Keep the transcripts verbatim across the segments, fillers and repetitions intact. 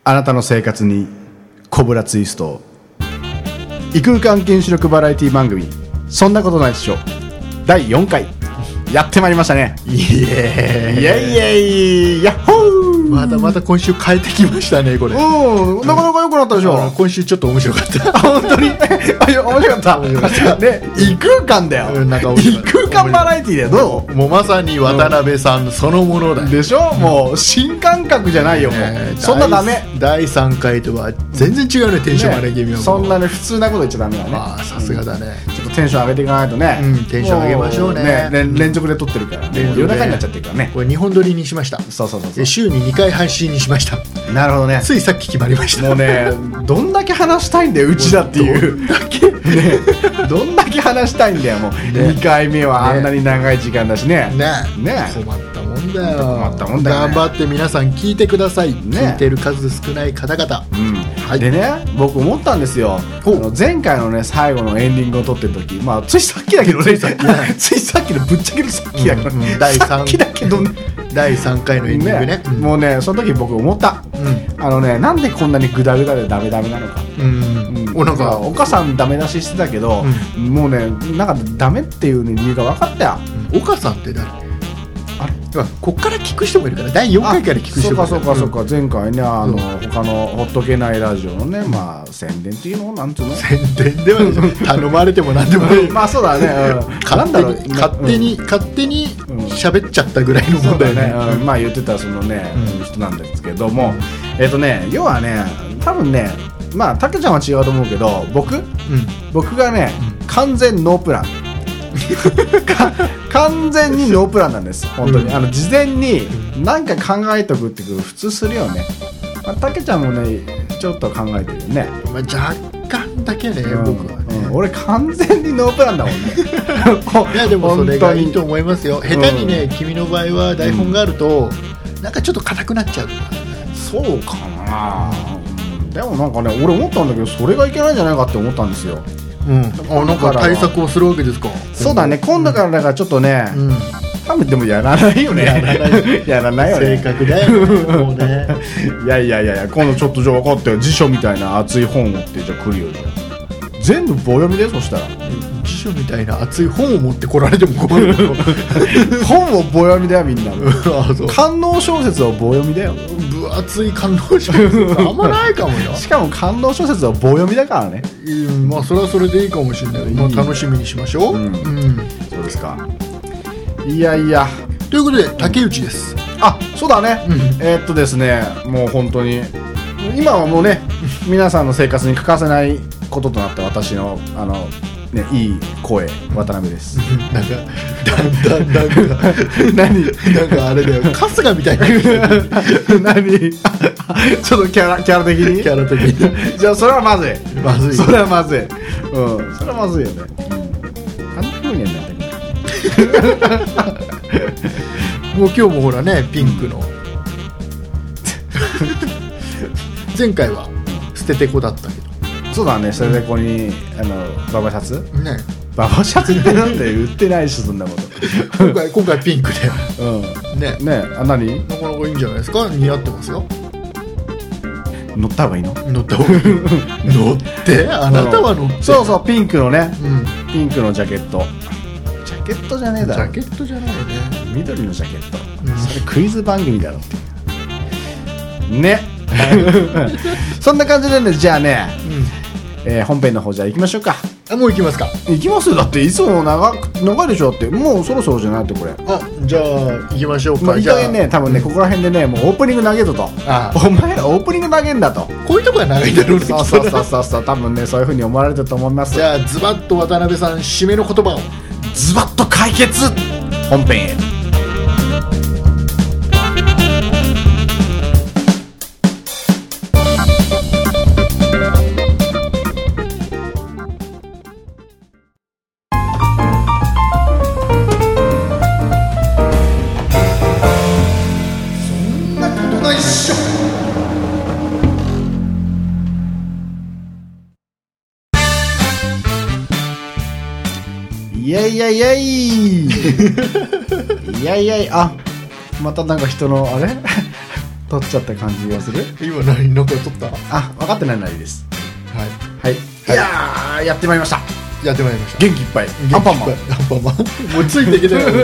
あなたの生活にコブラツイスト。異空間原子力バラエティ番組、そんなことないっしょだいよんかいやってまいりましたね。 イエーイイエイイエイヤッホー。 またまた今週変えてきましたねこれ。 うん、なかなか良くなったでしょ。 今週ちょっと面白かった本当にあ、いや面白かった面白かったね、異空間だよ、 うん、なんか面異白かった空間バラエティだよ。どうもうまさに渡辺さんそのものだよ、 でしょ、もう新感覚じゃないよ、もう、 ね、 そんなダメ。 だいさんかいとは全然違うね、テンション上げてみよう、 ね、そんなね普通なこと言っちゃダメだね。 ああさすがだね、 ちょっとテンション上げていかないとね、 うん、テンション上げましょう ね, ね連連続で撮ってるからね、夜中になっちゃってるからね。 これにほん撮りにしました。 そうそうそうそう、 週ににかい配信にしました。 なるほどね。 ついさっき決まりました。 もうね、どんだけ話したいんだようちだっていう、どんだけ、ね、どんだけ話したいんだよもう、ね、にかいめはあんなに長い時間だしね。 ねね困ったもんだよ。 困ったもんだよ、ね、 頑張って皆さん聞いてください、ね、聞いてる数少ない方々、 うんはい、でね、僕思ったんですよ。あの前回のね最後のエンディングを撮ってる時、まあついさっきだけどねついさっきのぶっちゃけさっきだけど、うんうん、さっきだけどねだいさんかいのエンディング ね, ね、 うん、もうねその時僕思った、うん、あのね、なんでこんなにグダグダでダメダメなのか、うんうん、おなんかお母さんダメ出ししてたけど、うん、もうねなんかダメっていう、ね、理由が分かったよ、 うん、お母さんって誰？あれこっから聞く人もいるから、だいよんかいから聞く人もいる。 そうかそうかそうか、うん、前回ねあの、うん、他のほっとけないラジオのね、まあ宣伝っていうのなんていうの、 宣伝ではない頼まれてもなんでもないまあそうだね、うん、 勝手に勝手に、うん、勝手に喋っちゃったぐらいのもんだよね、 うん、まあ言ってたそのね、うん、人なんですけども、えっとね要はね多分ね、まあたけちゃんは違うと思うけど僕、うん、僕がね、うん、完全ノープラン完全にノープランなんです本当に、うん、あの事前に何か考えとくって普通するよね。まあ、たけちゃんもねちょっと考えてるよね、 まあ、若干だけね、うん、僕はね、 うん、俺完全にノープランだもんねいやでもそれがいいと思いますよ。下手にね、うん、君の場合は台本があると、うん、なんかちょっと硬くなっちゃう、 そうかな、うん、でもなんかね俺思ったんだけどそれがいけないんじゃないかって思ったんですよ。うん、 あなんか対策をするわけですか。 そうだね、今度からだからちょっとね、うん、多分でもやらないよね。やらないやらないよね。 正確だよね。もうね。 いやいやいやいや、今度ちょっとじゃあ分かったよ。辞書みたいな熱い本を持ってじゃあ来るよじゃあ。全部棒読みでそしたら。 辞書みたいな熱い本を持って来られても困る。 本を棒読みだよみんな。官能小説を棒読みだよ。 分厚い官能小説あんまないかもよ。 しかも官能小説は棒読みだからね。 うん、まあそれはそれでいいかもしれない。まあ、楽しみにしましょう。うん、うん、 そうですか。いやいや。 ということで竹内です。 あ、そうだね。うん、えー、っとですね、もう本当に今はもうね皆さんの生活に欠かせないこととなった私のあのねいい声渡辺です。 なんかだんだんなんか何なんかあれだよ春日みたいな何ちょっとキャラキャラ的にキャラ的にじゃあそれはまずいまずいそれはまずいうんそれはまずいよね。あんな風にはなってもう今日もほらねピンクの前回は捨ててこだったけど。 そうだね、それでここにあのババシャツね、 ババシャツってなんで売ってないしそんなこと今回今回ピンクで、 うん、ねねあ何なかなかいいんじゃないですか。似合ってますよ。 乗った方がいいの？ 乗った方がいい乗ってあなたは乗って。 そうそうピンクのね、うん、ピンクのジャケットジャケットじゃねえだろ。 ジャケットじゃないよね。 緑のジャケット、うん、それクイズ番組だろってねそんな感じでね、じゃあね、うんえー、本編の方じゃあ行きましょうか。 あ、もう行きますか。 行きますよ。だっていつも長く長いでしょ。だってもうそろそろじゃないってこれ。 あ、じゃあ行きましょうか。 まあ、じゃあね多分ね、うん、ここら辺でねもうオープニング投げると。ああお前らオープニング投げんだと。 こういうとこが長いんだろうね。 そうそうそうそうそう多分ねそういう風に思われてると思います。 じゃあズバッと渡辺さん締めの言葉を。 ズバッと解決本編へ。イエイイエイイエイイエイイエイあまたなんか人のあれ取っちゃった感じがする。 今何なんか取った？ あ、分かってないなりです。 はいはい、 はい、 いやーやってまいりました。 やってまいりました。 元気いっぱいアンパンマン。 アンパンマンもうついていけない大丈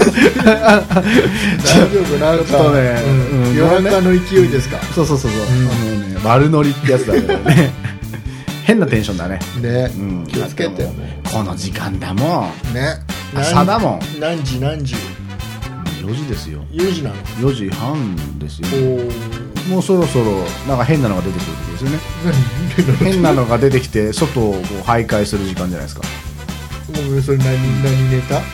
夫なんか、ねうん、夜中の勢いですか。 そうそうそうそう、うん、もうね悪ノリってやつだけどね変なテンションだね。 ね、 うん、 気をつけてよね。 この時間だもんね。 朝だもん。 何時何時？ よじですよ。 よじなの？ よじはんですよ。もうそろそろなんか変なのが出てくる時ですよね。変なのが出てきて外をこう徘徊する時間じゃないですか。 ごめん、それ何何ネタ？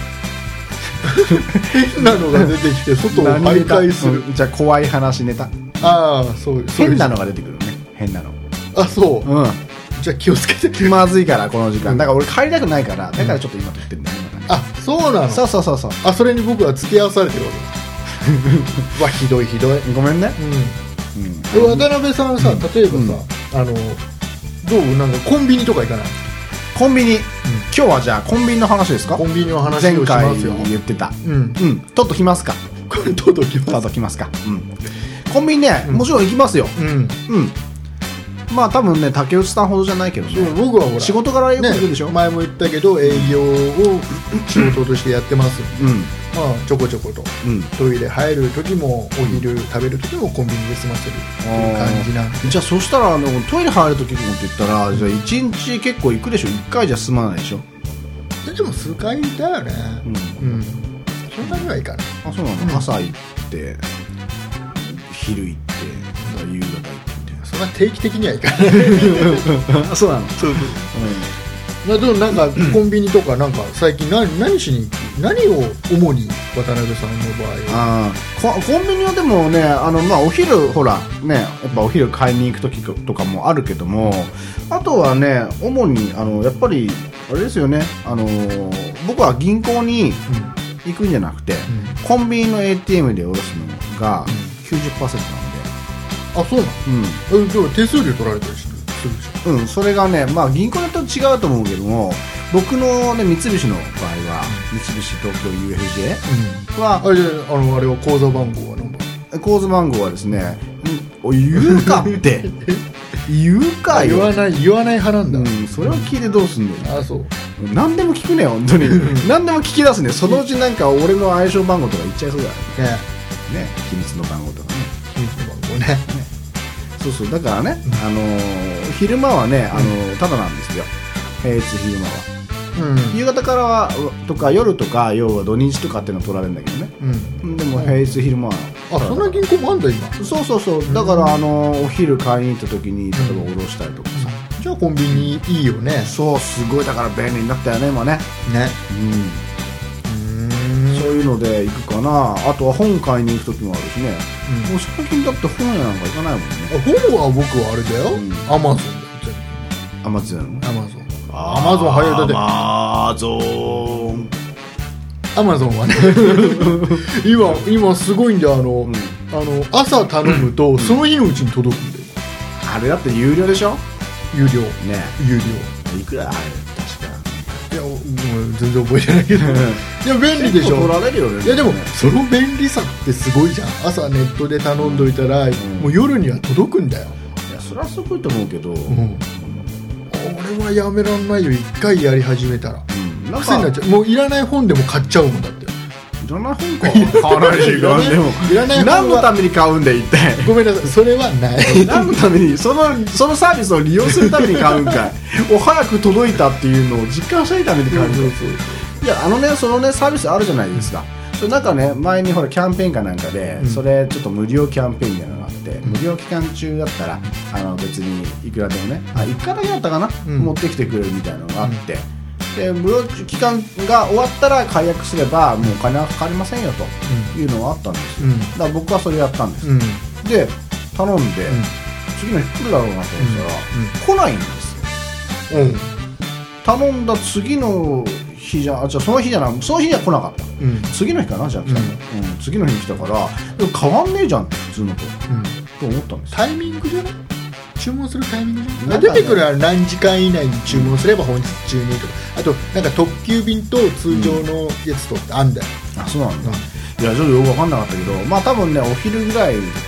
変なのが出てきて外を徘徊する、 うん、じゃあ怖い話ネタ。 ああ、そう、 変なのが出てくるね。変なの。 あ、そう。 うん。 じゃあ気をつけて。 まずいからこの時間。だから俺帰りたくないから、だからちょっと今撮ってるんだよね。 あ、そうなの。 そうそうそうそう。 あ、それに僕は付き合わされてるわけ。わ、ひどいひどい。 ごめんね。 うん。うん、渡辺さんさ、例えばさ、うん、あのどうなんかコンビニとか行かない？ コンビニ、うん、今日はじゃあコンビニの話ですか？ コンビニの話をしますよ。 前回言ってた。 うん。 うん。とっときますか？ とっときます。 とっときますか。うん。コンビニね、もちろん行きますよ。 うん。 うん。まあ多分ね、竹内さんほどじゃないけどね。 僕はほら仕事からよく行くでしょ、 ね、前も言ったけど営業を仕事としてやってます。 うん。 まあちょこちょこと、うん、トイレ入る時もお昼食べる時もコンビニで済ませるっていう感じなんで。 じゃあそしたらあのトイレ入る時もって言ったら、じゃあいちにち結構行くでしょ。いっかいじゃ済まないでしょ。 でも数回だよね。うん、うん、そんなにはいかない。 あ、そうなの、うん、朝行って昼行って夕方行って。 そんな定期的にはいかないあ、そうなの。 そうそう、うん、でもなんかコンビニとかなんか最近 何, 何しに何を主に渡辺さんの場合は。 あ、コンビニはでもね、あの、まあ、お昼ほらね、やっぱお昼買いに行く時とかもあるけども、あとはね主にあのやっぱりあれですよね、あの僕は銀行に行くんじゃなくて、うん、コンビニの エーティーエム で下ろすのが きゅうじゅっパーセント なんで。 あ、そうなの。うん。でも手数料取られたりするでしょ。 うん、それがね、まあ銀行だと違うと思うけども、僕のね三菱の場合は、うん、三菱東京 ユーエフジェー は、 うん、あれあのあれは口座番号は何番？ 口座番号はですね、うん、言うかって言うかよ。 言わない言わない派なんだ。 うん、それを聞いてどうすんだよ。 あ、そう。 何でも聞くね本当に。何でも聞き出すね。そのうちなんか俺の暗証番号とか言っちゃいそうだよね。ね、秘密の番号とかね。 秘密の番号ね。ね、 そうそう、だからね、あのー、昼間はね、あのー、ただなんですよ。平日昼間は。うん、夕方からはとか夜とか要は土日とかっていうの取られるんだけどね。うん、でも平日昼間は。 あ、そんな銀行もあんだ今。 そうそうそう。だからあのー、お昼買いに行った時に例えばおろしたりとかさ。 うん、じゃあコンビニいいよね。 そう、すごいだから便利になったよね今ね。 ね。 うん。そういうので行くかな。あとは本買いに行く時もあるしね、うん、もう最近だって本屋なんか行かないもんね。 本は僕はあれだよ、アマゾンだよ。 アマゾンアマゾンアマゾン早い。だってアマゾンアマゾンはね今今すごいんだよ。あの、うん、あの朝頼むとその日のうちに届くんだよ。 あれだって有料でしょ。 有料ね。 有料いくらあれいや、もう全然覚えてないけどいや便利でしょ。 取られるよね。 いやでもその便利さってすごいじゃん。朝ネットで頼んどいたら、うん、もう夜には届くんだよ。 いやそれはすごいと思うけど、うん、 俺はやめらんないよ。一回やり始めたら、うん、なんか癖になっちゃう。もういらない本でも買っちゃうもんだって。 いらない本か買わないしいらないでもいらない本は何のために買うんで一体。 ごめんなさい、それはない何のためにそのそのサービスを利用するために買うんかいお早く届いたっていうのを実感したいために買うんかい。いやあのねそのねサービスあるじゃないですか。それなんかね前にほらキャンペーンかなんかで、うん、それちょっと無料キャンペーンみたいなのがあって、うん、無料期間中だったらあの別にいくらでもね、あいっかいだけだったかな、うん、持ってきてくれるみたいなのがあって、うん、で無料期間が終わったら解約すればもうお金はかかりませんよというのがあったんですよ、うん、だから僕はそれやったんです、うん、で頼んで、うん、次の日来るだろうなと思ったら、うん、来ないんですよ、うん、頼んだ次の日じゃあじゃあその日じゃないその日には来なかった、うん、次の日かなじゃあ来たの、うんうん、次の日に来たからでも変わんねえじゃんって普通のと、うん、と思ったんですよ。 タイミングじゃない？注文するタイミングじゃない？出てくるのは何時間以内に注文すれば本日中にとか、あとなんか特急便と通常のやつとってあんだよ、 うん、あ、そうなんだ、うん、いやちょっとよく分かんなかったけど、まあ多分ねお昼ぐらいだったからね、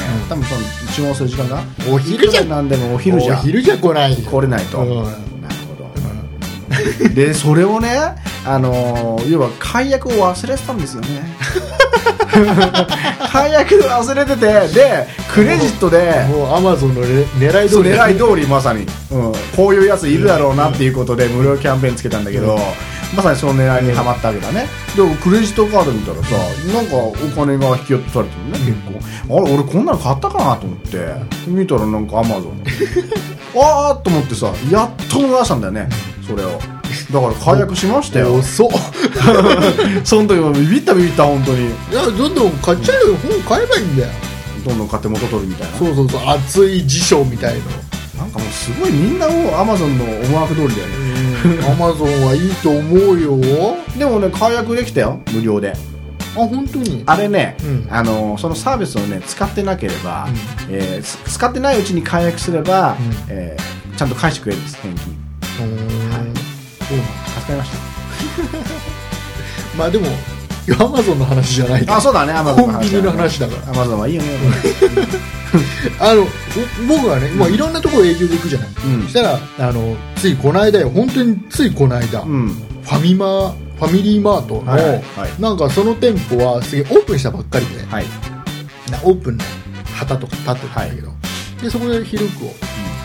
うん、 多分その注文する時間がお昼じゃなんでもお昼じゃお昼じゃ来ない来れないと、 うん、 なるほど、うん、でそれをね、あのー、要は解約を忘れてたんですよね解約忘れてて、でクレジットでもうアマゾンの狙い通り狙い通りまさに、うん、こういうやついるだろうなっていうことで無料キャンペーンつけたんだけど、うん、まさにその狙いにはまったわけだね。でもクレジットカード見たらさ、なんかお金が引き落とされてるね、結構。あれ俺こんなの買ったかなと思って見たらなんかアマゾンあーっと思ってさ、やっと逃したんだよね、それを。だから解約しましたよ。 遅っその時もビビったビビった本当に。 いやどんどん買っちゃうよ、本買えばいいんだよ。 どんどん買って元取るみたいな。 そうそうそう、熱い辞書みたいの。 なんかもうすごいみんなもうアマゾンの思惑通りだよね。 アマゾンはいいと思うよ。 でもね解約できたよ、無料で。 あ、本当に。 あれね、うん、あのそのサービスをね使ってなければ、うん、えー、使ってないうちに解約すれば、うん、えー、ちゃんと返してくれるんです、返金。はい、そうなん助かりましたまあでもアマゾンの話じゃないから。 あ、そうだね、アマゾンの話、 コンビニの話だから。 アマゾンはいいよねあの僕はね、まあ、いろんなところ営業で行くじゃない、うん、そしたらあのついこの間よ、本当についこの間、うん、ファミマファミリーマートの、はいはい、なんかその店舗はすげえオープンしたばっかりで、はい、なオープンの旗とか立ってたんだけど、はい、でそこで昼服を、うん、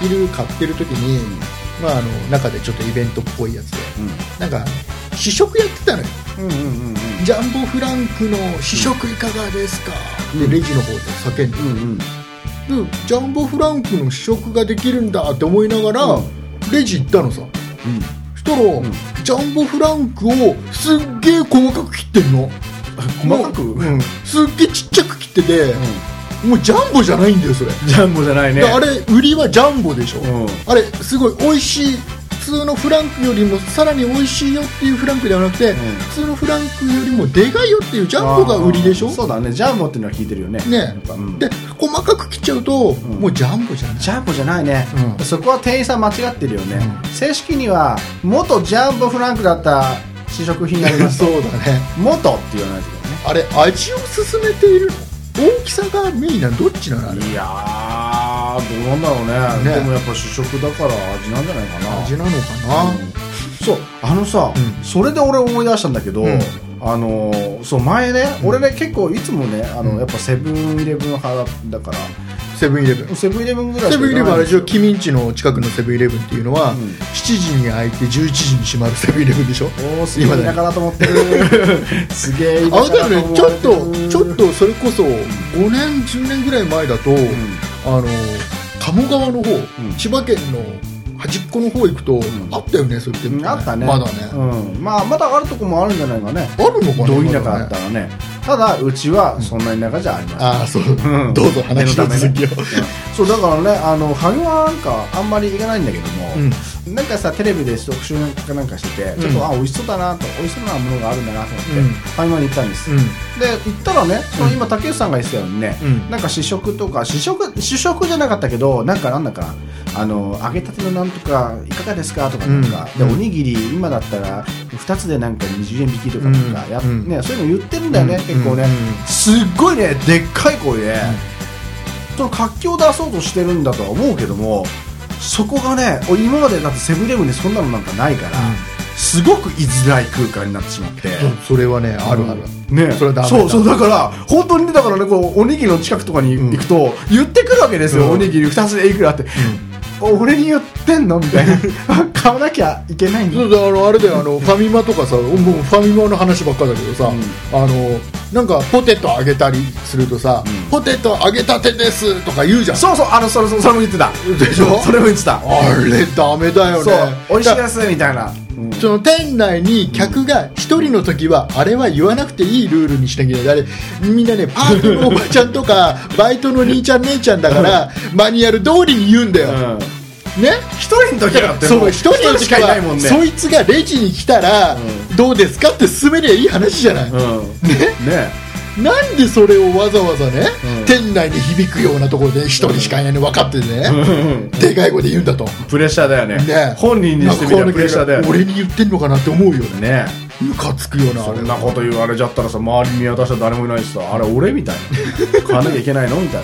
昼買ってる時に、うん、まあ、あの中でちょっとイベントっぽいやつで、うん、なんか試食やってたのよ、うんうんうんうん、ジャンボフランクの試食いかがですか、うん、でレジの方で叫んで、うんうん、でジャンボフランクの試食ができるんだって思いながら、うん、レジ行ったのさ、うん、そしたら、うん、ジャンボフランクをすっげえ細かく切ってんの細かく、うん、 すっげえちっちゃく切ってて、うん、もうジャンボじゃないんだよそれ。 ジャンボじゃないね。 あれ売りはジャンボでしょ、うん、あれすごい美味しい、普通のフランクよりもさらに美味しいよっていうフランクではなくて、うん、普通のフランクよりもでかいよっていうジャンボが売りでしょ。 そうだね、ジャンボっていうのは聞いてるよね。 ね、うん、で細かく切っちゃうと、うん、もうジャンボじゃない。 ジャンボじゃないね、うん、そこは店員さん間違ってるよね、うん、正式には元ジャンボフランクだった試食品になりますそうだね、 元って言わないといけないね。 あれ味を進めているの、大きさがメインなのどっちなの。あれいやーどうなんだろう ね, ねでもやっぱ試食だから味なんじゃないかな。 味なのかな、うん、 そうあのさ、うん、それで俺思い出したんだけど、うん、あのー、そう前ね、うん、俺ね結構いつもねあの、うん、やっぱセブンイレブン派だからセブンイレブンセブンイレブンぐらいセブンイレブンあれでしょ、君んちの近くのセブンイレブンっていうのは、うん、しちじに開いてじゅういちじに閉まるセブンイレブンでしょ。 おーすげえ田舎だと思ってるすげえ田舎だと思ってる。あ、だからねちょっとちょっとそれこそごねんじゅうねんぐらい前だと、うん、あの鴨川の方、うん、千葉県の端っこの方行くと、うん、あったよね、そういう店舗、ね、 あったね、 まだね、 うん、まあまだあるとこもあるんじゃないかね。 あるのかな、 どう田舎だったらね。ただうちはそんな田舎じゃありません、 うん、ああそう、うん、どうぞ話の続きを、うん、 そうだからね、あのファミマなんかあんまり行かないんだけども、うん、なんかさテレビで特集かなんかしてて、うん、ちょっとあ美味しそうだなと、美味しそうなものがあるんだなと思って、うん、ファミマに行ったんです、うん、で行ったらね、その今竹内さんが言ってたようにね、うん、なんか試食とか試食試食じゃなかったけど、なんかなんだかあの揚げたてのなんとかいかがですかとかなんか、うん、でおにぎり今だったらふたつでなんかにじゅうえん引きとかなんかや、うんね、そういうの言ってるんだよね、うん、結構ね、うん、すっごいねでっかい声で、うん、その活気を出そうとしてるんだとは思うけども、そこがね今までだってセブンイレブンでそんなのなんかないから、うん、すごく居づらい空間になってしまって、うん、 それはねあるある、 ね、それはダメだ。そうそうだから本当にね、だからねこうおにぎりの近くとかに行くと、うん、言ってくるわけですよ、うん、おにぎりふたつでいくらって、うん俺に言ってんのみたいな買わなきゃいけないんだ。 そうだ、あのあれだよ、あのファミマとかさ、もうファミマの話ばっかだけどさ、うん、あのなんかポテト揚げたりするとさ、うん、ポテト揚げたてですとか言うじゃん。 そうそう、あのそれそれそれも言ってたでしょ。 それも言ってた。 あれダメだよね。 そう美味しいですみたいな。 うん、その店内に客が一人の時はあれは言わなくていいルールにしなきゃいけない。あれみんなねパートのおばちゃんとかバイトの兄ちゃん姉ちゃんだからマニュアル通りに言うんだよ、うんね、 一人の時はそう一人の時は、ね、そいつがレジに来たら、うん、どうですかって進めりゃいい話じゃない、うん、ねねなんでそれをわざわざね、うん、店内に響くようなところで一人しかいないの分かってね、うん、でかい声で言うんだと。 プレッシャーだよ ね, ね本人にしてみればプレッシャーだよね。 俺に言ってんのかなって思うよね。 ねムカつくような。 そんなこと言われちゃったらさ、周りに見渡したら誰もいないしさ、あれ俺みたいな買わなきゃいけないのみたいな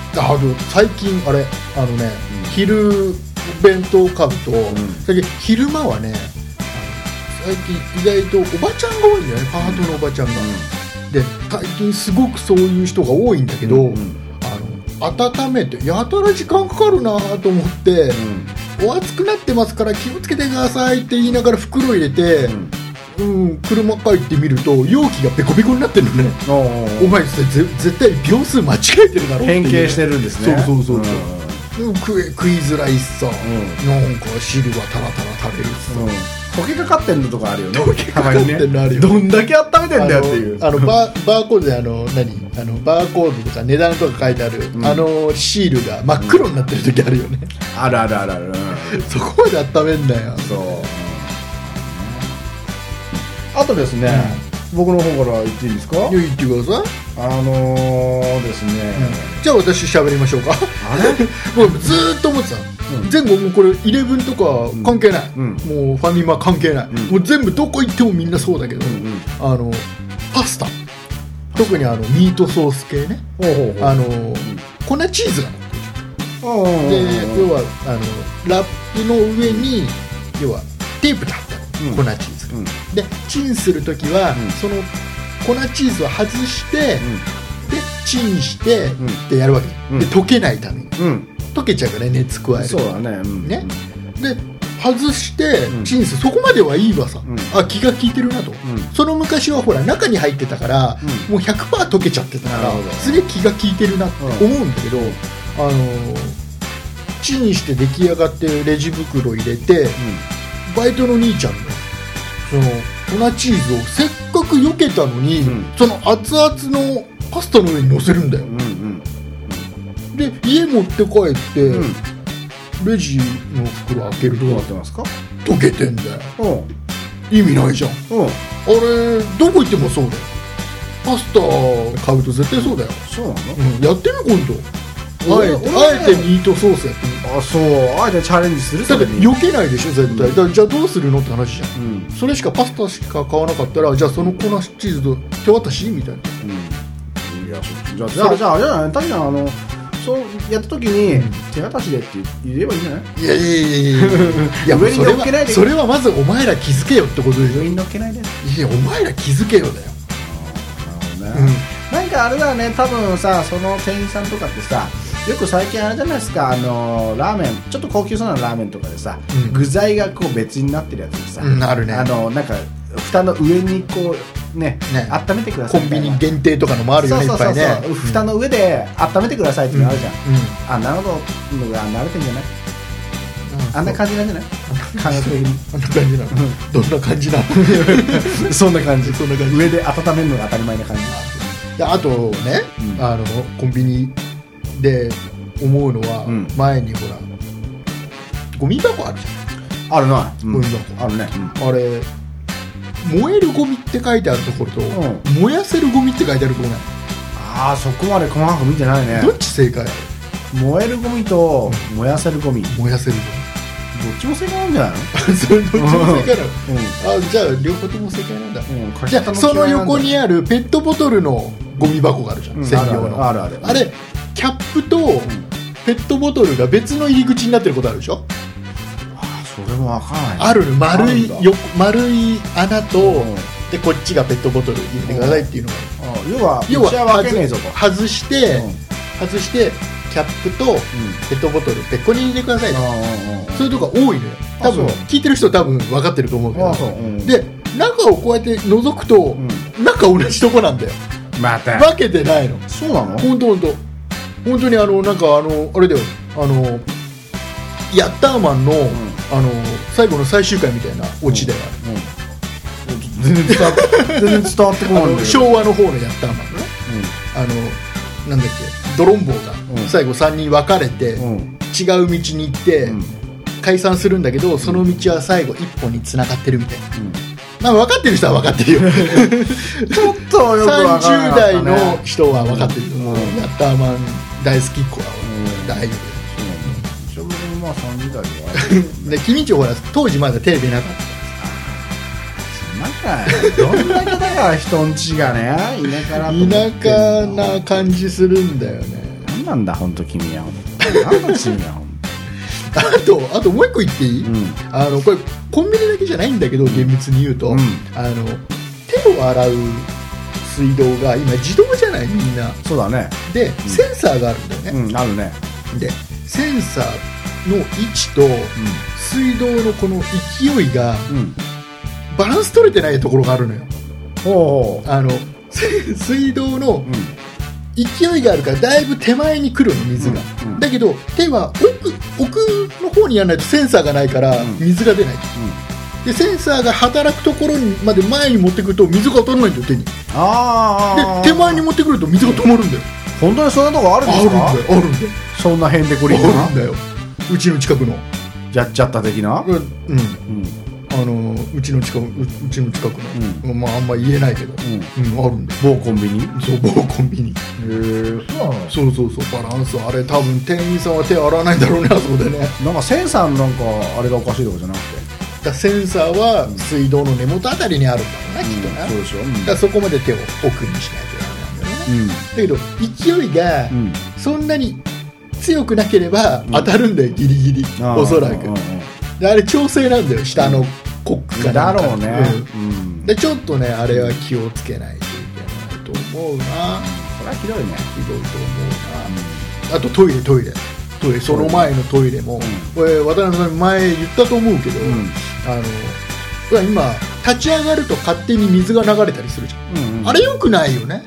あと最近あれあのね、うん、昼弁当買うと、うん、最近昼間はね最近意外とおばちゃんが多いんだよね、パートのおばちゃんが、うん、で最近すごくそういう人が多いんだけど、うんうん、あの温めてやたら時間かかるなと思って、うん、お熱くなってますから気をつけてくださいって言いながら袋入れて、うんうん、車帰ってみると容器がペコペコになってるのね。お前絶対秒数間違えてるだろって変形してるんですね。 そうそうそうそう、うん、食, 食いづらいしさ、うん、なんか汁がタラタラ垂れるしさ、 うん、溶けかかってんのとかあるよね。 溶けかかってんのあるよ、 ね、どんだけ温めてんだよっていうあのバー、バーコードであの何あのバーコードとか値段とか書いてある、うん、あのシールが真っ黒になってる時あるよね、 うん、あるあるあるある、 うん、そこまで温めんだよ。 そう、あとですね、うん、僕の方から言っていいですか。 いや言ってください。 あのー、ですね、 うん、じゃあ私喋りましょうか。あれもうずーっと思ってた、うん、前後もうこれじゅうとか関係ない、うん、もうファミマ関係ない、うん、もう全部どこ行ってもみんなそうだけど、うんうん、あのパスタ特にあのミートソース系ね、ほうほうほう、あの、うん、粉チーズが乗ってる。で要はあのラップの上に要はテープで貼ってある、うん、粉チーズ、うん、でチンするときは、うん、その粉チーズを外して、うん、でチンして、うん、ってやるわけ、うん、で溶けないために、うん、溶けちゃうからね、熱加える。 そうだね、うん、 ね、で外してチンする、うん、そこまではいいわさ、うん、あ気が利いてるなと、うん、その昔はほら中に入ってたから、うん、もう ひゃくパーセント 溶けちゃってたからすげえ気が利いてるなって思うんだけど、うん、あのチンして出来上がってレジ袋入れて、うん、バイトの兄ちゃんのその粉チーズをせっかく避けたのに、うん、その熱々のパスタの上に乗せるんだよ、うんうん、で家持って帰って、うん、レジの袋開けるとどうなってますか。 溶けてんだよ、うん、意味ないじゃん、うん、あれどこ行ってもそうだよ。パスタ買うと絶対そうだよ。 そうなの、 うん、やってみ今度。あえて、あえてミートソースやってみる。 あ、そう、あえてチャレンジする。 だって避けないでしょ絶対、うん、だからじゃあどうするのって話じゃん、うん、それしかパスタしか買わなかったらじゃあその粉チーズと手渡しみたいな、 うん、いやじゃあじゃあじゃあじゃあね、確かにあのそうやった時に、うん、手渡しでって言えばいいんじゃない。 いやいやいやいやいや上に乗っけないで。それはまずお前ら気づけよってことでしょ。 上に乗っけないで。 いやお前ら気づけよだよ。 あ、なるほどね、うん、なんかあれだね、多分さその店員さんとかってさよく最近あれじゃないですか、あのー、ラーメンちょっと高級そうなラーメンとかでさ、うん、具材がこう別になってるやつでさ、 うん、あるね、 あのなんか蓋の上にこうね、ね温めてください。 コンビニ限定とかのもあるよね、いっぱいね。 蓋の上で温めてくださいっていうのあるじゃん、うんうん、あなるほどのが慣れてんじゃない、うん、あんな感じなんじゃない感覚的にあんな感じなのどんな感じなのそんな感じ、そんな感じ。上で温めるのが当たり前な感じ。 であとね、うん、あのコンビニで思うのは、うん、前にほらゴミ箱あるじゃん。あるな、 うん、ゴミ箱あるね、 うん、あれ燃えるゴミって書いてあるところと、うん、燃やせるゴミって書いてあるところない。 ああそこまで細かく見てないね。 どっち正解。 燃えるゴミと燃やせるゴミ、 燃やせるゴミどっちも正解なんじゃないのそれどっちも正解なの、うん、あじゃあ両方とも正解なんだ、うん、じゃあその横にあるペットボトルのゴミ箱があるじゃん、うん、専用の。 あるあるある。 あれキャップとペットボトルが別の入り口になってることあるでしょ。 ああそれも分からない。 あるの丸いよ丸い穴と、うん、でこっちがペットボトル入れてくださいっていうのが、 うん、要は要は外して、うん、外してキャップとペットボトル別個に入れてくださいと、うん、そういうとこが多いのよ。多分聞いてる人は多分分かってると思うけど、うん、で中をこうやって覗くと、うん、中同じとこなんだよ。 また分けてないの。 そうなの。 本当本当本当にあのなんかあのあれだよ、あのヤッターマンの、うん、あの最後の最終回みたいなオチだよ、 うんうん、全然伝わって全然伝わってこない。 昭和の方のヤッターマンね、うん、あのなんだっけドロンボーが最後さんにん分かれて、うん、違う道に行って、うん、解散するんだけどその道は最後一本に繋がってるみたいな、うん、まあ分かってる人は分かってるよちょっとよく分かんなかったね。さんじゅう代の人は分かってるよ、うん、ヤッターマン大好きっ子は大丈夫。 うん、まあさんじゅう代はで君んちほら当時まだテレビなかった。 なんかどんだけだから人んちがね田舎な田舎な感じするんだよね。 なんなんだ本当君は本当なんだ君は本当あとあともう一個言っていい、うん、あのこれコンビニだけじゃないんだけど厳密に言うと、うん、あの手を洗う水道が今自動じゃないみんな。 そうだね。 で、うん、センサーがあるんだよね、 うん、あるね。 でセンサーの位置と、うん、水道のこの勢いが、うん、バランス取れてないところがあるのよ。 おうあの水道の勢いがあるからだいぶ手前に来るの水が、うんうん、だけど手は奥奥の方にやらないとセンサーがないから水が出ない、うん、でセンサーが働くところまで前に持ってくると水が当たらないんだよ手に。 あで手前に持ってくると水が止まるんだよ。 本当にそんなとこあるんですか？ あるんだよ、あるんだよ。 そんな変でこりんなあるんだよ。うちの近くのやっちゃった的な、 うん、うん、あのうちの近く う, うちの近くの、うん、まああんま言えないけど、うんうん、あるんだよ。 某コンビニ。 そう某コンビニ。へえ。 そうそうそうバランスあれ多分店員さんは手洗わないんだろうねあそこでね。 なんかセンサーなんかあれがおかしいとかじゃなくて。 だセンサーは水道の根元あたりにあるんだろうな、うん、きっとな。 そうでしょ。うん、 だそこまで手を奥にしないとダメなんだよね。うん、だけど勢いがそんなに強くなければ当たるんだよ、うん、ギリギリおそらく。であれ調整なんだよ下のコックかなんかだろうね、 うんうん、でちょっとねあれは気をつけないといけないと思うな。 それはひどいね。 ひどいと思うな、うん、あとトイレトイレトイレその前のトイレも、うん、これ渡辺さん前言ったと思うけど、うん、あの今立ち上がると勝手に水が流れたりするじゃん、うんうん、あれ良くないよね。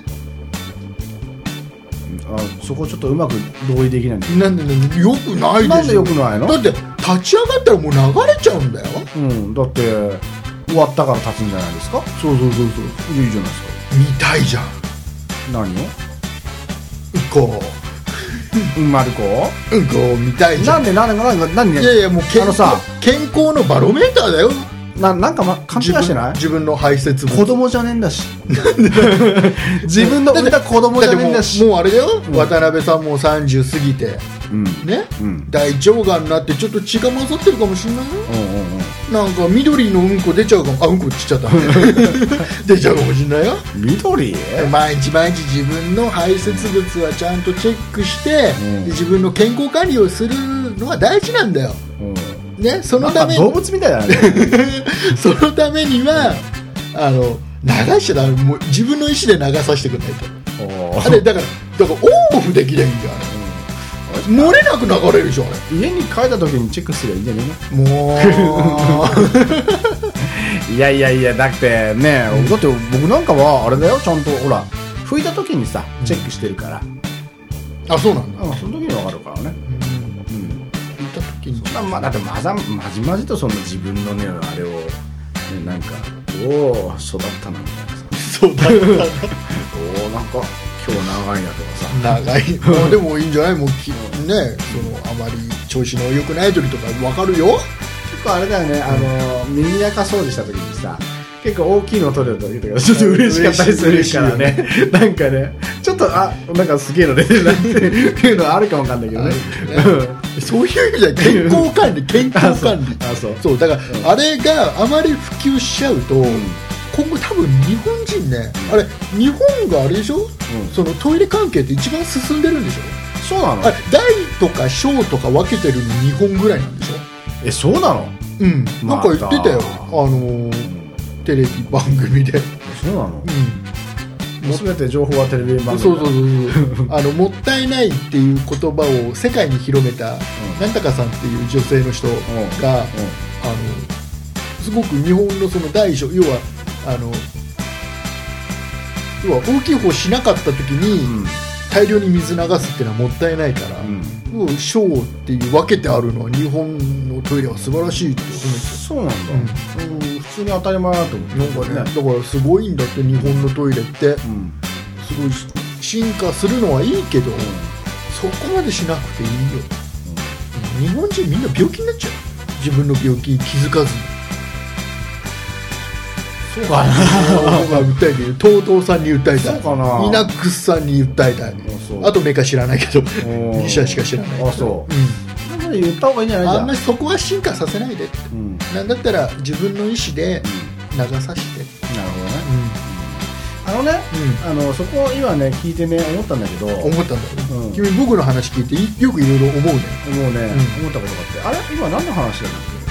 あそこちょっとうまく同意できないんだ。 なんでね良くないでしょ。 なんで良くないの？ だって立ち上がったらもう流れちゃうんだよ。 うん、だって終わったから立つんじゃないですか。 そうそうそうそういいじゃないですか。 見たいじゃん。 何を？ こううんまる子うんこ見たいじゃん。 なんでなんでなんでなんでいやいやもうあのさ健康のバロメーターだよ。 な, なんか、ま、勘違いしてない？ 自分の排泄物。 子供じゃねえんだし自分の産んだ子供じゃねえんだし。 もう、もうあれだよ、うん、渡辺さんもさんじゅう過ぎて、うんねうん、大腸がんになってちょっと血が混ざってるかもしれないよ、うんうんうん、なんか緑のうんこ出ちゃうかも。あうんこちっちゃった出ちゃうかもしれないよ。 緑毎日毎日自分の排泄物はちゃんとチェックして、うん、で自分の健康管理をするのは大事なんだよ、うんね、そのため動物みたいだねそのためにはあの流しちゃダメ。もう自分の意思で流させてくれないと。あれだからだからオンオフできりゃいいんだよあれ、うん、漏れなく流れるでしょあれ。 家に帰った時にチェックすればいいんじゃねえの。 もういやいやいやだってね、うん、だって僕なんかはあれだよちゃんとほら拭いた時にさチェックしてるから、 うん、あそうなんだ。 あその時に分かるからね。そんなまだってまざまじまじとその自分のねあれを、ね、なんかおお育ったなみたいなさ育ったおおなんか今日長いなとかさ長いまあでもいいんじゃないもうきねそのあまり調子の良くない時とか分かるよ。 結構あれだよね、あの耳垢掃除した時にさ結構大きいの取れるとちょっと嬉しかったりするからねなんかねちょっとあなんかすげえの出てるなっていうのはあるかもわかんないけどねそういう意味で健康管理健康管理あそうそうだから、うん、あれがあまり普及しちゃうと、うん、今後多分日本人ね、うん、あれ日本があれでしょ、うん、そのトイレ関係って一番進んでるんでしょ。 そうなの。 あれ大とか小とか分けてるの日本ぐらいなんでしょ。 えそうなの。 うんなんか言ってたよあのーテレビ番組で。 そうなの、うん、もう全て情報はテレビ番組。 そうそうそうそうあのもったいないっていう言葉を世界に広めた、うん、なんたかさんっていう女性の人が、うんうん、あのすごく日本のその大小要はあの要は大きい方しなかった時に、うん、大量に水流すっていうのはもったいないから、うん、小っていう分けてあるのは日本のトイレは素晴らしいって褒めて。 そうなんだ、うんうん普通に当たり前だと思う。 なんかね、だからすごいんだって日本のトイレって、うん、すごい進化するのはいいけど、うん、そこまでしなくていいよ、うん、日本人みんな病気になっちゃう自分の病気に気づかずに。そうかな僕は訴えてる トートー さんに訴えたい。 そうかなミナックスさんに訴えたい。あとメカ知らないけどに社しか知らない。 あそう、うん言った方がいいんじゃないじゃん。 あんまりそこは進化させないでって、うん、なんだったら自分の意思で流させて、 うん、なるほどね、 のね、うん、あのそこを今ね聞いてね思ったんだけど思ったんだよ、うん、君僕の話聞いてよくいろいろ思うね思うね、うん、思ったことがあってあれ今何の話だっ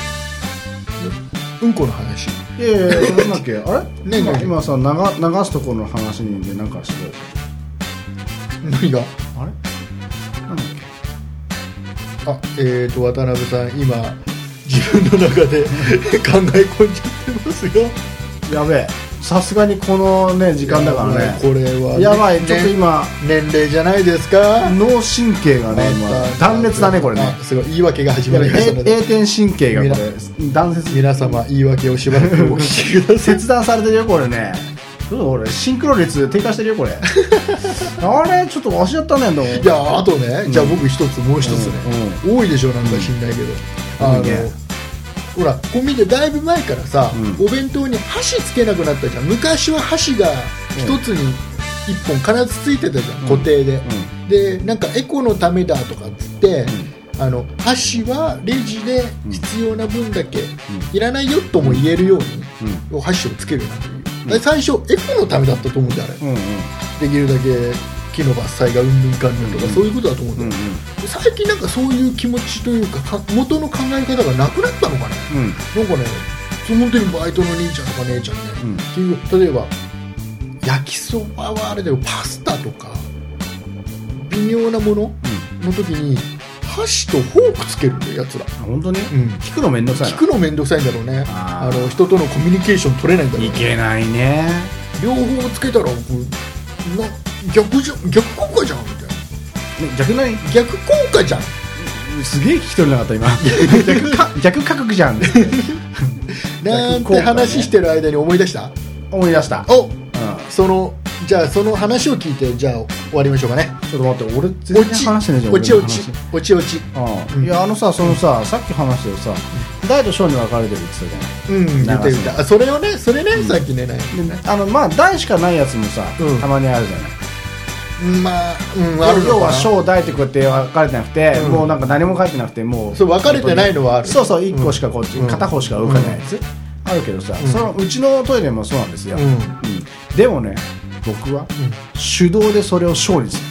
けうんこの話いやいやいやなんだっけあれね今, 今さ 流, 流すところの話にでなんかすごい何があれなんだっけあえーと渡辺さん今自分の中で考え込んじゃってますよやべえさすがにこのね時間だからねこれは、ね、 やばいちょっと今年齢じゃないですか脳神経がね今断裂だねこれねすごい言い訳が始まりましたので A 点神経がこれ断絶皆様言い訳をしばらくお聞きください切断されてるよこれねどうだ俺シンクロ率低下してるよこれあれちょっと忘れちゃったねんだもんいやあとね、うん、じゃあ僕一つもう一つね、うんうん、多いでしょなんか知んないけど、うん、あの、ねほらコンビニでだいぶ前からさ、うん、お弁当に箸つけなくなったじゃん昔は箸が一つに一本必ずついてたじゃん、うん、固定で、うん、でなんかエコのためだとかっつって、うん、あの箸はレジで必要な分だけ、うん、いらないよとも言えるように、うん、箸をつけるなんていう、うん、最初エコのためだったと思うんだあれ、うんうん、できるだけ木の伐採がうんぬんかんぬんとか、うん、そういうことだと思うんだよ、うんうん、最近なんかそういう気持ちというか、か元の考え方がなくなったのかね、うん、なんかね本当にバイトの兄ちゃんとか姉ちゃんね、うん、例えば焼きそばはあれだよパスタとか微妙なものの時に箸とフォークつけるんだよやつら本当に、うん、聞くのめんどくさい聞くのめんどくさいんだろうねあの人とのコミュニケーション取れないんだろうねいけないね両方つけたらな逆じゃ逆効果じゃんみたいな、ね、 逆何逆効果じゃんすげえ聞き取れなかった今逆か逆価格じゃんなんて話してる間に思い出した思い出したお、うん、そのじゃあその話を聞いてじゃあ終わりましょうかねちょっと待って俺全然話してないじゃん落ち落ち落ち落ちあ、うん、いやあのさそのさ、うん、さっき話してるさ大と小に分かれてるって言ってたじゃんうん言って言ったそれをねそれね、うん、さっきねねあのまあ大しかないやつもさ、うん、たまにあるじゃないまあ、うん、あるのかな要は小大ってこうやって分かれてなくて、うん、もうなんか何も書いてなくてもうそう分かれてないのはあるそうそういっこしかこっち、うん、片方しか動かないやつ、うん、あるけどさ、うん、そのうちのトイレもそうなんですよ、うんうん、でもね僕は、うん、手動でそれを小にする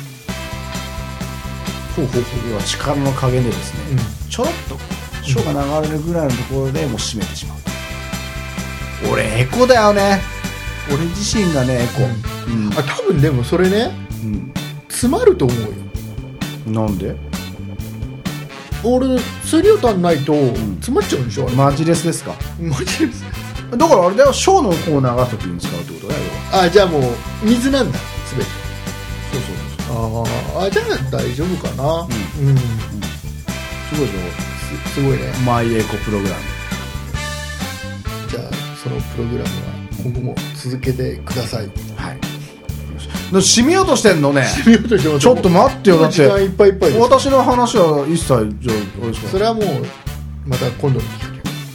ほうほうほう要は力の加減でですね、うん、ちょろっと小が流れるぐらいのところでもう閉めてしまう、うん、俺エコだよね俺自身がねエコ、 うんうん、あ多分でもそれね、うん、詰まると思うよなんで俺水量足んないと詰まっちゃうんでしょ、うん、 マジレスですかマジレスだからあれだよ小の方を流すときに使うってことだよあじゃあもう水なんだすべてそうそうそうああじゃあ大丈夫かなうん、うんうん、すごいでしょ す, すごいねマイエコプログラムじゃあそのプログラムは今後も続けてくださいはい締めようとしてんのね締めようとしてますちょっと待ってよだって時間いっぱいいっぱいです私の話は一切じゃあおいしくそれはもうまた今度に聞く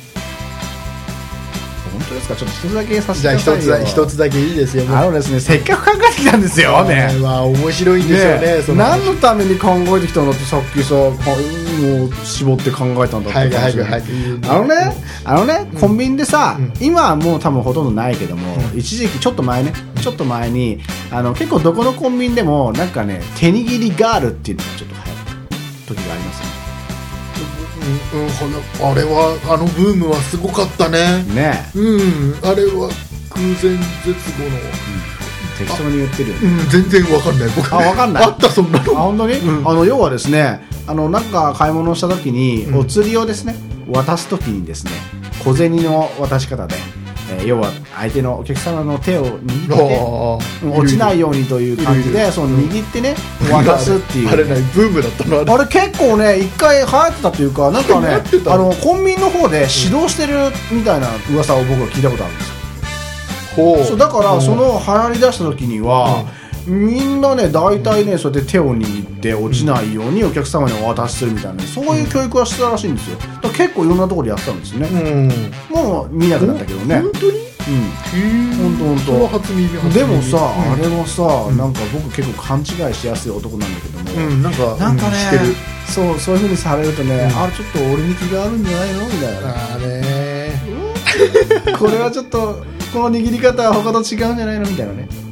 本当ですかちょっと一つだけさせてくださいよじゃあ一つ一つだけいいですよあのですねせっかく考えてきたんですよねまあ面白いんですよねねその何のために考えてきたんだってさっきさもう絞って考えたんだってはいはいはいあのねあのね、うん、コンビニでさ、うん、今はもう多分ほとんどないけども、うん、一時期ちょっと前ねちょっと前にあの結構どこのコンビニでもなんかね手握りガールっていうのがちょっと流行った時がありますねうんうん、あれはあのブームはすごかったねねうんあれは空前絶後の、うん、 適当に言ってるよね、 うん、全然わかんない僕あわかんないあったそんなのあ本当に、うん、あの要はですねあのなんか買い物した時に、うん、お釣りをですね渡す時にですね小銭の渡し方でえー、要は相手のお客様の手を握って落ちないようにという感じでその握ってね渡すっていう、ね、 あれねブームだったのあれあれ結構ね一回流行ってたというかなんかねあのコンビニの方で指導してるみたいな噂を僕は聞いたことあるんですよ、うん、そうだからその流行り出した時には、うん、みんなね大体ねそうやって手を握って落ちないようにお客様にお渡しするみたいなそういう教育はしてたらしいんですよだから結構いろんなところでやってたんですね、うん、もう見なくなったけどね本当にうん、本当本当。 初耳初耳でもさ、 うん、 あれはさ、うん、なんか僕結構勘違いしやすい男なんだけども、 うん、なんかなんかね、うん、そうそういう風にされるとね、うん、あれちょっと俺に気があるんじゃないのみたいな。 あれこれはちょっとこの握り方は他と違うんじゃないのみたいなね。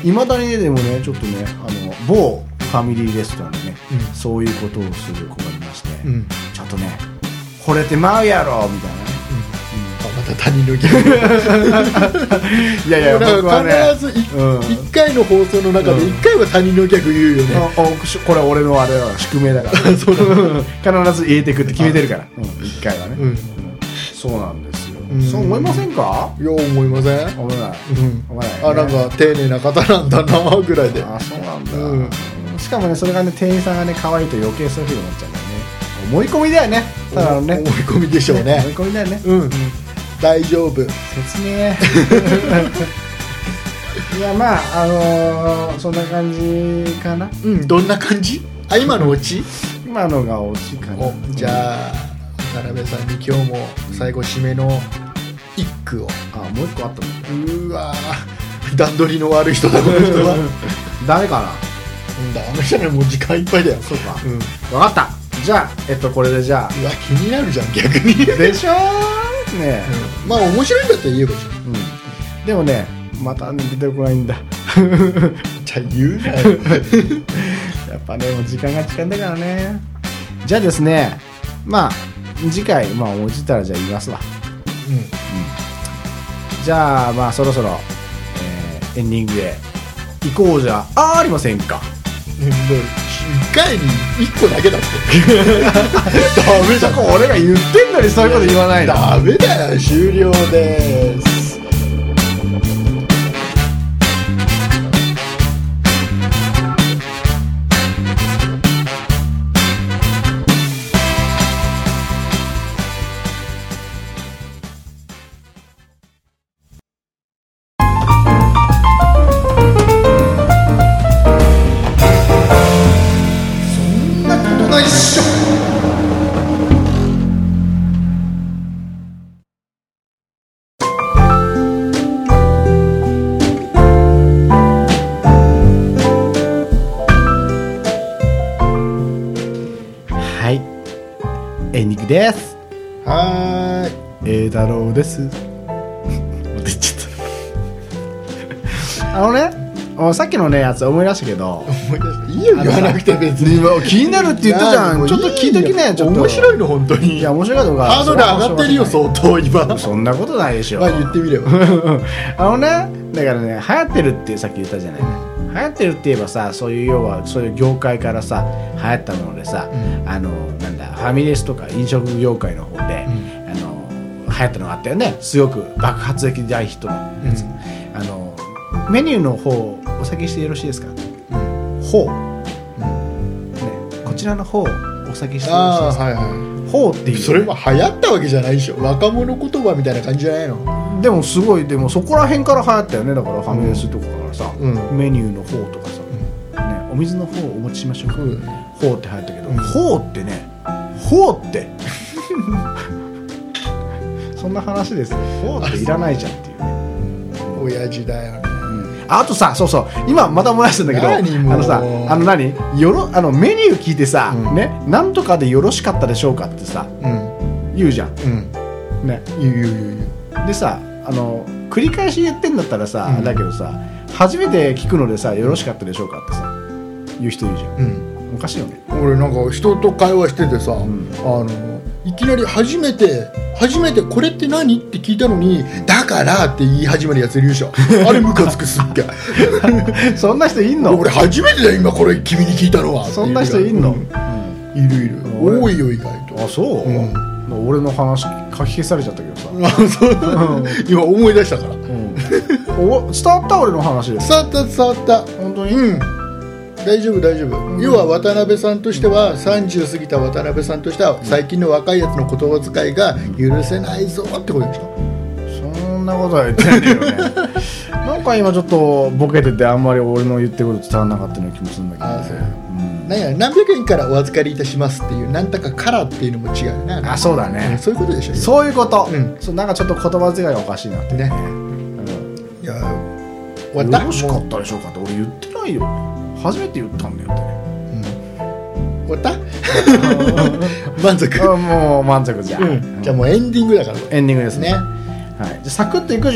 いまだにねでもねちょっとねあの某ファミリーレストランでね、うん、そういうことをする子がいまして、うん、ちょっとね惚れてまうやろみたいなね、 うんうん、また他人のギャグいやいや僕はね必ず い,、うん、いっかいの放送の中でいっかいは他人のギャグ言うよね、 うん、これは俺のあれだ宿命だからそう必ず入れていくって決めてるから、うん、いっかいはね、うんうん、そうなんですよ、うん、そう思いませんか？ いや思いません。 思わない、 うん、思わない、ね、あなんか丁寧な方なんだなぐらいで。 あそうなんだ、うんしかもねそれがね店員さんがね可愛いと余計そういう風になっちゃうんだよね。思い込みだよね。ただのね思い込みでしょうね。 思い込みだよね。 うん、うん、大丈夫。 説明いやまああのー、そんな感じかな。 うんどんな感じ？あ今のオチ？ 今のがオチかな。 じゃあ渡辺さんに今日も最後締めの一句を。 あもう一個あったの。うわ段取りの悪い人だこの人は。 ダメかな。 ダメじゃないもう時間いっぱいだよ。 そうか、うん、分かった。じゃあえっとこれでじゃあうわ気になるじゃん逆にでしょね、 うん、まあ面白いんだったら言えばいいじゃん、 うん、でもねまた出てこないんだじゃあ言うなよやっぱねもう時間が近いんだからね。じゃあですねまあ次回まあ思いついたらじゃあ言いますわ、うんうん、じゃあまあそろそろ、えー、エンディングへ行こうじゃありませんか。 いっかいにいっこだけだってダメじゃん。 俺が言ってんのにそういうこと言わないの。 ダメだよ。終了です。 です。 はーい、栄太郎です。出ちゃった。あのね、さっきのねやつ思い出したけど、 思い出した。いいよ言わなくて別に。 気になるって言ったじゃん。ちょっと聞いときね。ちょっと面白いの本当に。 いや面白いとか。 ハードル上がってるよ相当今。 そんなことないでしょ。 まあ言ってみれば。 あのね、だからね流行ってるってさっき言ったじゃない。流行ってるって言えばさそういう要はそういう業界からさ流行ったものでさ、うん、あのなんだファミレスとか飲食業界の方で、うん、あの流行ったのがあったよね。すごく爆発的大ヒットのやつ、うん、あのメニューの方お先してよろしいですか、うん、方、うんね、こちらの方お先してよろしいですか、はいはい、方っていう、ね、 それは流行ったわけじゃないでしょ。若者言葉みたいな感じじゃないの。 でもすごいでもそこら辺から流行ったよね。だからファミレスとかからさ、うん、メニューの方とかさ、うんね、お水の方お持ちしましょうか、うん、方って流行ったけど、うん、方ってね方ってそんな話ですよ。方っていらないじゃんっていうね。 親父だよね、うん、 あとさそうそう今また思い出したんだけどあのさあの何よろあのメニュー聞いてさ、うん、ねなんとかでよろしかったでしょうかってさ、うん、言うじゃん、うん、ね言う言う言うでさあの繰り返し言ってんだったらさ、うん、だけどさ初めて聞くのでさよろしかったでしょうかってさ言う人いるじゃん、うん、おかしいよね。 俺なんか人と会話しててさ、うん、あのいきなり初めて初めてこれって何って聞いたのにだからって言い始めるやついるでしょあれムカつくすっげそんな人いんの。 俺初めてだよ今これ君に聞いたのは。 そんな人いんの、うんうん、いるいる多いよ意外と。 あそう、うん俺の話書き消されちゃったけどさ今思い出したから、うん、 お伝わった俺の話です。 伝わった伝わった。 本当に、 うん、大丈夫大丈夫、うん、要は渡辺さんとしては、うん、さんじゅう過ぎた渡辺さんとしては最近の若いやつの言葉遣いが許せないぞってことでしょ。 そんなことは言ってないよねなんか今ちょっとボケててあんまり俺の言ってること伝わらなかったような気もするんだけど、ね、あそう、 うん、なんや何百円からお預かりいたしますっていうなんとかからっていうのも違うね。 あそうだね、 うん、そういうことでしょ。 そういうこと、うん、そうなんかちょっと言葉遣いがおかしいなってね、うん、 いやよろしかったでしょうかって俺言ってないよ。初めて言ったんだよってね、 うん、終わった満足あもう満足じゃん、 うん、じゃあもうエンディングだからエンディングですね、はい、じゃあサクッといくじゃん。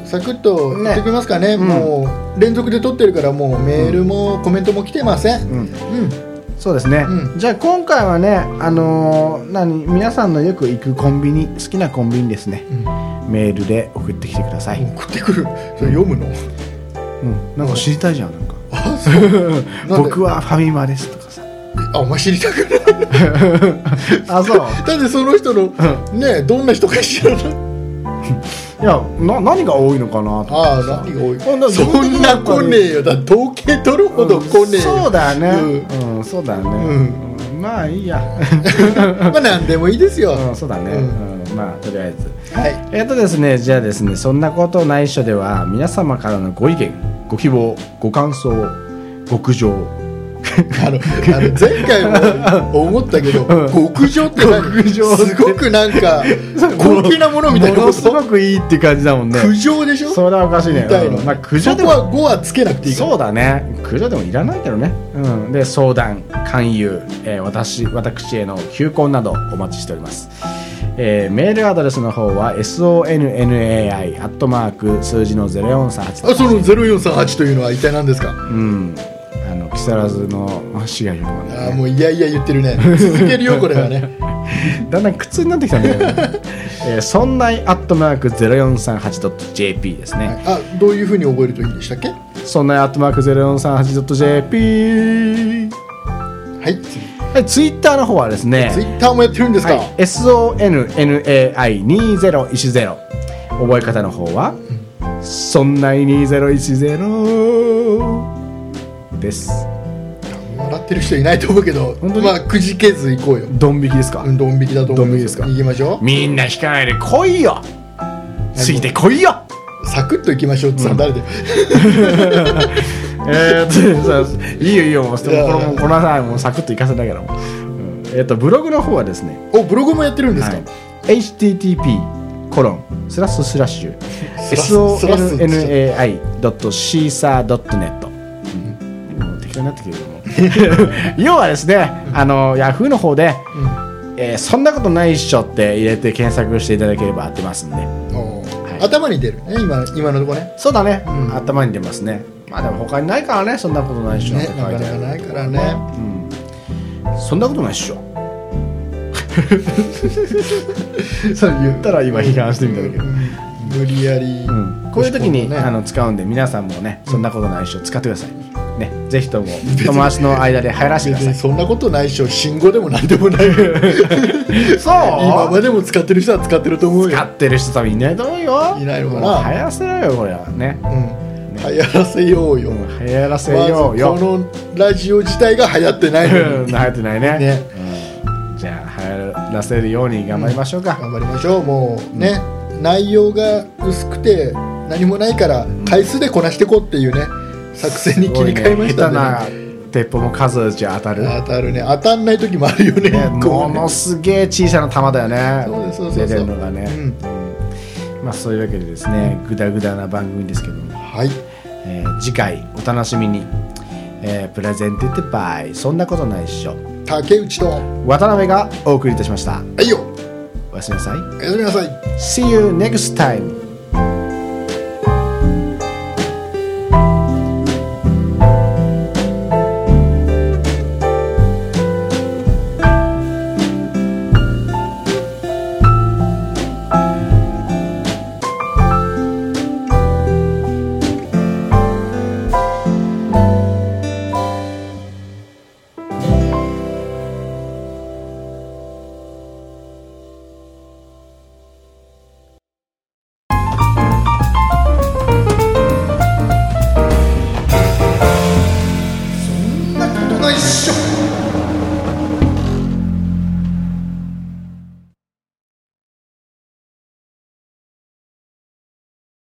サクッと言ってきますかね、 ね、 もう連続で撮ってるからもうメールもコメントも来てません、うんうん、 そうですね、うん、じゃあ今回はね、あのー、何皆さんのよく行くコンビニ、好きなコンビニですね、うん、メールで送ってきてください。 送ってくる、それ読むの、うん、 なんか知りたいじゃん、なんかあそう僕はファミマですとかさ、 あ、お前知りたくないあ、そうだってその人の、ね、どんな人か知らないいやな、何が多いのかなと。 ああ、何が多い、そんな来ねえよ、だ統計取るほど来ねえよ、 うん、そうだよね、うんうん、そうだよね、うんうん、まあいいやまあ何でもいいですよ、 うん、そうだね、うんうん、まあとりあえず、はい、えっとですね、じゃあですね、そんなことないっしょでは皆様からのご意見、ご希望、ご感想、極上あのあの前回も思ったけど、うん、極上って極上すごくなんか高級なものみたいなこと、ものすごくいいって感じだもんね。 苦情でしょ、 それはおかしいね、うん、まあ、苦情でもそこはごはつけなくていいから、 そうだね、苦情でもいらないけどね、うん、で相談、勧誘、えー、私, 私への求婚などお待ちしております。えー、メールアドレスの方は ソンナイ アットマーク数字のゼロよんさんはち、 あ、そのゼロよんさんはちというのは一体何ですか。 うん、あの木更津の市が言うの、 ね、あ、もういやいや言ってるね続けるよこれはねだんだん苦痛になってきたんだよねえー、ソンナイアットマーク ゼロよんさんはちドットジェーピー ですね、 はい、あ、どういうふうに覚えるといいんでしたっけ。 ソンナイアットマーク ゼロよんさんはちドットジェーピー、 はい、 はい、ツイッターの方はですね、 ツイッターもやってるんですか、はい、 ソンナイにせろいちぜろ、覚え方の方は、うん、ソンナイにせろいちぜろです。 笑ってる人いないと思うけど、まあくじけず行こうよ。 ドン引きですか。 うん、ドン引きだと思う。ドン引きですか。行きましょう。 みんな引かないで来いよ。過ぎて来いよ。 サクッと行きましょうってさ、うん、誰でえーっといいよいいよ、もうこのこの際もうサクッと行かせなきゃな、うん、えーっとブログの方はですね、 お、ブログもやってるんですか、はい、 エイチティーティーピーコロンスラッシュスラッシュ ソンナイドットシーサードットネット、適当になってくるけども要はですね、あのヤフーの方で、うん、えー、そんなことないっしょって入れて検索していただければ出ますんで、はい、 頭に出るね、今、今のところね。 そうだね、うん、頭に出ますね。まあでも他にないからね、そんなことないっしょって書いてある、 ね、なかなかないからね、 うん、そんなことないっしょそれ言ったら今批判してみたんだけど、うん、 無理やり、うん、 こういう時に、ね、あの使うんで、皆さんもね、そんなことないっしょ使ってくださいね、ぜひとも友達の間で流行らせてください。 そんなことないっしょ、信号でもなんでもないそう今までも使ってる人は使ってると思うよ。 使ってる人多分いないと思うよ。 いないのかな。 流行らせようよこれはね、うん、 ね、流行らせようよ、 うん、流行らせようよ、 まずこのラジオ自体が流行ってないのに流行ってないね、 ね、 うん、じゃあ流行らせるように頑張りましょうか、 うん、頑張りましょう。もうね、うん、内容が薄くて何もないから回数でこなしていこうっていうね、作戦に切り替えましたね。 下手な鉄砲も数打ち当たる当たるね。当たんない時もあるよ ね, ねものすげえ小さな弾だよね。 そうですそうそうそう、 出てるのがね、うん、まあ、そういうわけでですね、グダグダな番組ですけども、 はい、 えー、次回お楽しみに、えー、プレゼンテッドバイそんなことないっしょ竹内と渡辺がお送りいたしました。 はいよ、 おやすみなさい。 おやすみなさい。 See you next time.